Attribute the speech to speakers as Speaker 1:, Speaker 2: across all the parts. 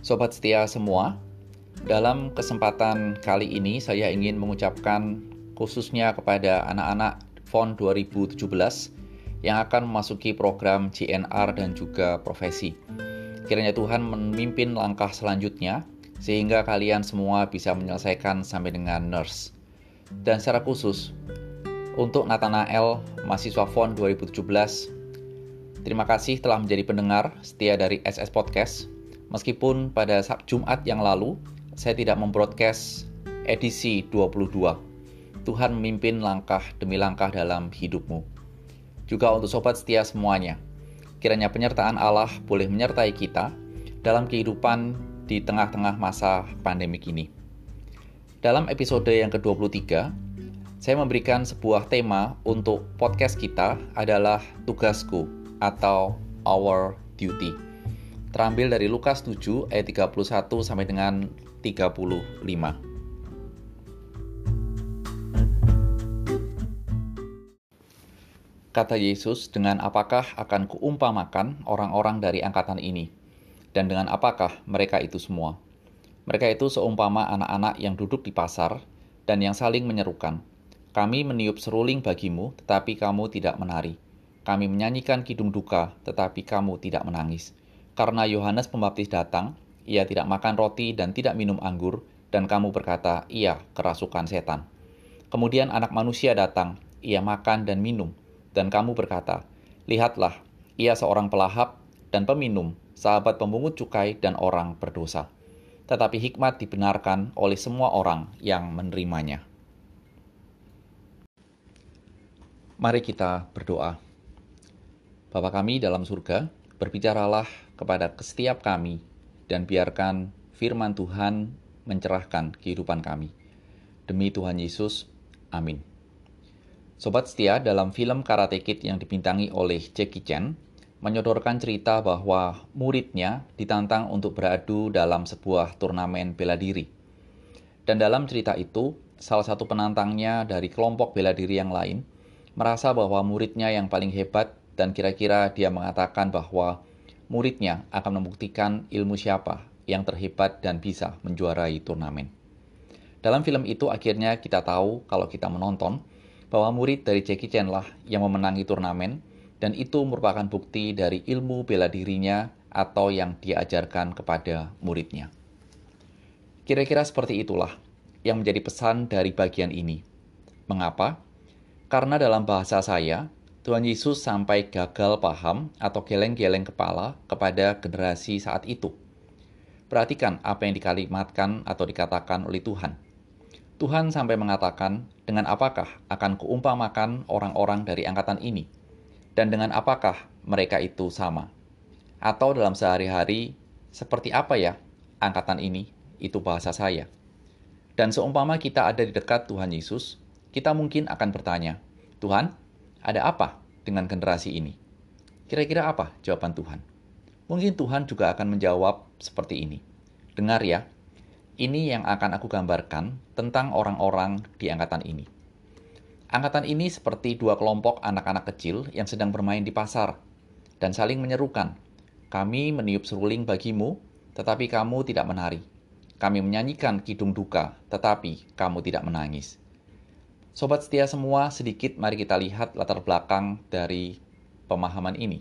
Speaker 1: Sobat setia semua, dalam kesempatan kali ini saya ingin mengucapkan khususnya kepada anak-anak FON 2017 yang akan memasuki program GNR dan juga profesi. Kiranya Tuhan memimpin langkah selanjutnya sehingga kalian semua bisa menyelesaikan sampai dengan nurse. Dan secara khusus untuk Nathanael, mahasiswa FON 2017, terima kasih telah menjadi pendengar setia dari SS Podcast. Meskipun pada Jumat yang lalu saya tidak membroadcast edisi 22. Tuhan memimpin langkah demi langkah dalam hidupmu. Juga untuk sobat setia semuanya, kiranya penyertaan Allah boleh menyertai kita dalam kehidupan di tengah-tengah masa pandemik ini. Dalam episode yang ke-23, saya memberikan sebuah tema untuk podcast kita adalah tugasku atau our duty. Terambil dari Lukas 7 ayat 31 sampai dengan 35. Kata Yesus, dengan apakah akan kuumpamakan orang-orang dari angkatan ini? Dan dengan apakah mereka itu semua? Mereka itu seumpama anak-anak yang duduk di pasar dan yang saling menyerukan. Kami meniup seruling bagimu, tetapi kamu tidak menari. Kami menyanyikan kidung duka, tetapi kamu tidak menangis. Karena Yohanes Pembaptis datang, ia tidak makan roti dan tidak minum anggur, dan kamu berkata, ia kerasukan setan. Kemudian anak manusia datang, ia makan dan minum, dan kamu berkata, lihatlah, ia seorang pelahap dan peminum, sahabat pemungut cukai dan orang berdosa. Tetapi hikmat dibenarkan oleh semua orang yang menerimanya. Mari kita berdoa. Bapa kami dalam surga, berbicaralah kepada setiap kami dan biarkan firman Tuhan mencerahkan kehidupan kami. Demi Tuhan Yesus, amin. Sobat setia, dalam film Karate Kid yang dibintangi oleh Jackie Chan, menyodorkan cerita bahwa muridnya ditantang untuk beradu dalam sebuah turnamen bela diri. Dan dalam cerita itu, salah satu penantangnya dari kelompok bela diri yang lain merasa bahwa muridnya yang paling hebat dan kira-kira dia mengatakan bahwa muridnya akan membuktikan ilmu siapa yang terhebat dan bisa menjuarai turnamen. Dalam film itu akhirnya kita tahu kalau kita menonton bahwa murid dari Jackie Chan lah yang memenangi turnamen dan itu merupakan bukti dari ilmu bela dirinya atau yang dia ajarkan kepada muridnya. Kira-kira seperti itulah yang menjadi pesan dari bagian ini. Mengapa? Karena dalam bahasa saya, Tuhan Yesus sampai gagal paham atau geleng-geleng kepala kepada generasi saat itu. Perhatikan apa yang dikalimatkan atau dikatakan oleh Tuhan. Tuhan sampai mengatakan, dengan apakah akan kuumpamakan orang-orang dari angkatan ini? Dan dengan apakah mereka itu sama? Atau dalam sehari-hari, seperti apa ya angkatan ini? Itu bahasa saya. Dan seumpama kita ada di dekat Tuhan Yesus, kita mungkin akan bertanya, Tuhan, ada apa dengan generasi ini? Kira-kira apa jawaban Tuhan? Mungkin Tuhan juga akan menjawab seperti ini. Dengar ya, ini yang akan aku gambarkan tentang orang-orang di angkatan ini. Angkatan ini seperti dua kelompok anak-anak kecil yang sedang bermain di pasar dan saling menyerukan. Kami meniup seruling bagimu, tetapi kamu tidak menari. Kami menyanyikan kidung duka, tetapi kamu tidak menangis. Sobat setia semua, sedikit mari kita lihat latar belakang dari pemahaman ini.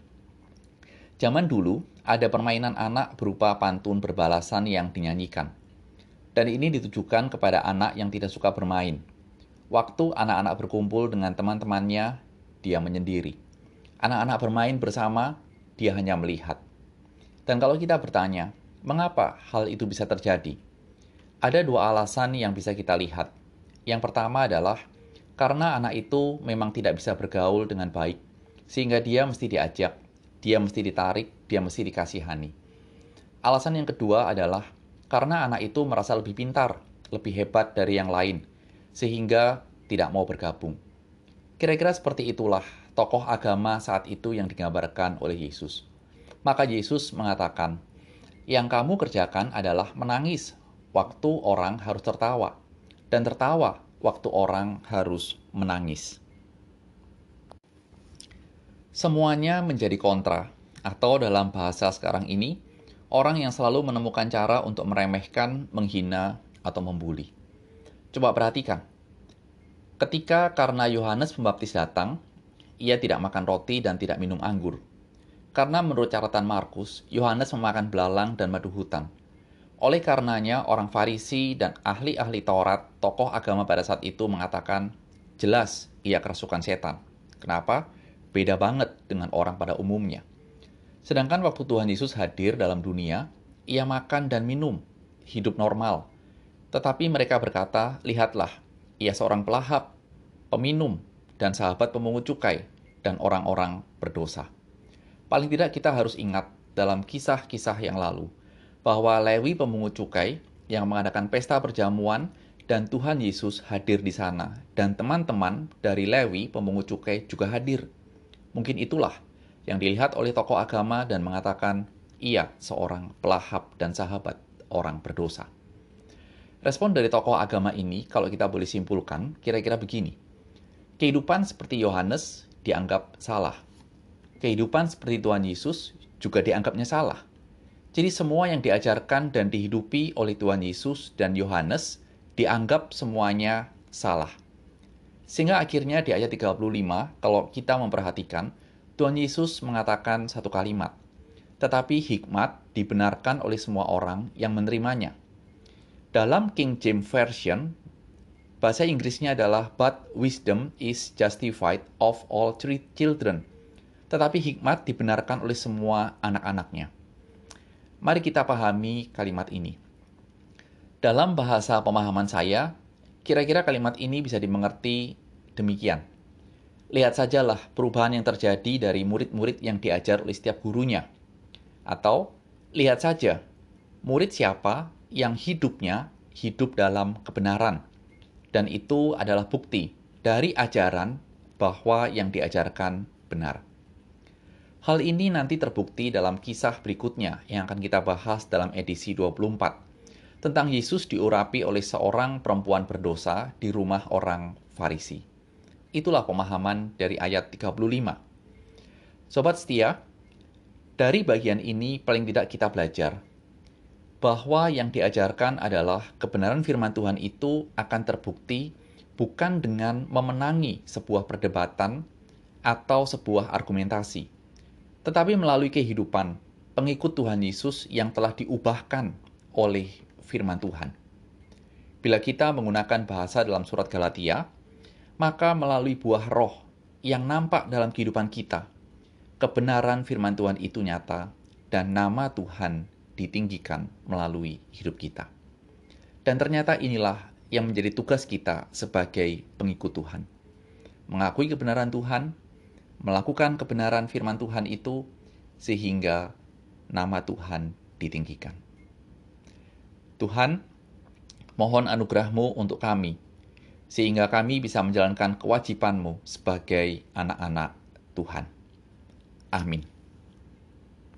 Speaker 1: Zaman dulu, ada permainan anak berupa pantun berbalasan yang dinyanyikan. Dan ini ditujukan kepada anak yang tidak suka bermain. Waktu anak-anak berkumpul dengan teman-temannya, dia menyendiri. Anak-anak bermain bersama, dia hanya melihat. Dan kalau kita bertanya, mengapa hal itu bisa terjadi? Ada dua alasan yang bisa kita lihat. Yang pertama adalah karena anak itu memang tidak bisa bergaul dengan baik, sehingga dia mesti diajak, dia mesti ditarik, dia mesti dikasihani. Alasan yang kedua adalah karena anak itu merasa lebih pintar, lebih hebat dari yang lain, sehingga tidak mau bergabung. Kira-kira seperti itulah tokoh agama saat itu yang digambarkan oleh Yesus. Maka Yesus mengatakan, yang kamu kerjakan adalah menangis waktu orang harus tertawa, dan tertawa waktu orang harus menangis. Semuanya menjadi kontra, atau dalam bahasa sekarang ini, orang yang selalu menemukan cara untuk meremehkan, menghina, atau membuli. Coba perhatikan, ketika karena Yohanes Pembaptis datang, ia tidak makan roti dan tidak minum anggur. Karena menurut catatan Markus, Yohanes memakan belalang dan madu hutan. Oleh karenanya, orang Farisi dan ahli-ahli Taurat, tokoh agama pada saat itu mengatakan, jelas ia kerasukan setan. Kenapa? Beda banget dengan orang pada umumnya. Sedangkan waktu Tuhan Yesus hadir dalam dunia, ia makan dan minum, hidup normal. Tetapi mereka berkata, lihatlah, ia seorang pelahap, peminum, dan sahabat pemungut cukai, dan orang-orang berdosa. Paling tidak kita harus ingat dalam kisah-kisah yang lalu, bahwa Lewi pemungut cukai yang mengadakan pesta perjamuan dan Tuhan Yesus hadir di sana, dan teman-teman dari Lewi pemungut cukai juga hadir. Mungkin itulah yang dilihat oleh tokoh agama dan mengatakan, ia seorang pelahap dan sahabat orang berdosa. Respon dari tokoh agama ini, kalau kita boleh simpulkan, kira-kira begini. Kehidupan seperti Yohanes dianggap salah. Kehidupan seperti Tuhan Yesus juga dianggapnya salah. Jadi semua yang diajarkan dan dihidupi oleh Tuhan Yesus dan Yohanes dianggap semuanya salah. Sehingga akhirnya di ayat 35, kalau kita memperhatikan, Tuhan Yesus mengatakan satu kalimat, tetapi hikmat dibenarkan oleh semua orang yang menerimanya. Dalam King James Version, bahasa Inggrisnya adalah, but wisdom is justified of all children. Tetapi hikmat dibenarkan oleh semua anak-anaknya. Mari kita pahami kalimat ini. Dalam bahasa pemahaman saya, kira-kira kalimat ini bisa dimengerti demikian. Lihat sajalah perubahan yang terjadi dari murid-murid yang diajar oleh setiap gurunya. Atau, lihat saja, murid siapa yang hidupnya hidup dalam kebenaran. Dan itu adalah bukti dari ajaran bahwa yang diajarkan benar. Hal ini nanti terbukti dalam kisah berikutnya yang akan kita bahas dalam edisi 24. Tentang Yesus diurapi oleh seorang perempuan berdosa di rumah orang Farisi. Itulah pemahaman dari ayat 35. Sobat setia, dari bagian ini paling tidak kita belajar bahwa yang diajarkan adalah kebenaran firman Tuhan itu akan terbukti bukan dengan memenangi sebuah perdebatan atau sebuah argumentasi, tetapi melalui kehidupan pengikut Tuhan Yesus yang telah diubahkan oleh firman Tuhan. Bila kita menggunakan bahasa dalam surat Galatia, maka melalui buah roh yang nampak dalam kehidupan kita, kebenaran firman Tuhan itu nyata dan nama Tuhan ditinggikan melalui hidup kita. Dan ternyata inilah yang menjadi tugas kita sebagai pengikut Tuhan. Mengakui kebenaran Tuhan, melakukan kebenaran firman Tuhan itu, sehingga nama Tuhan ditinggikan. Tuhan, mohon anugerah-Mu untuk kami, sehingga kami bisa menjalankan kewajiban-Mu sebagai anak-anak Tuhan. Amin.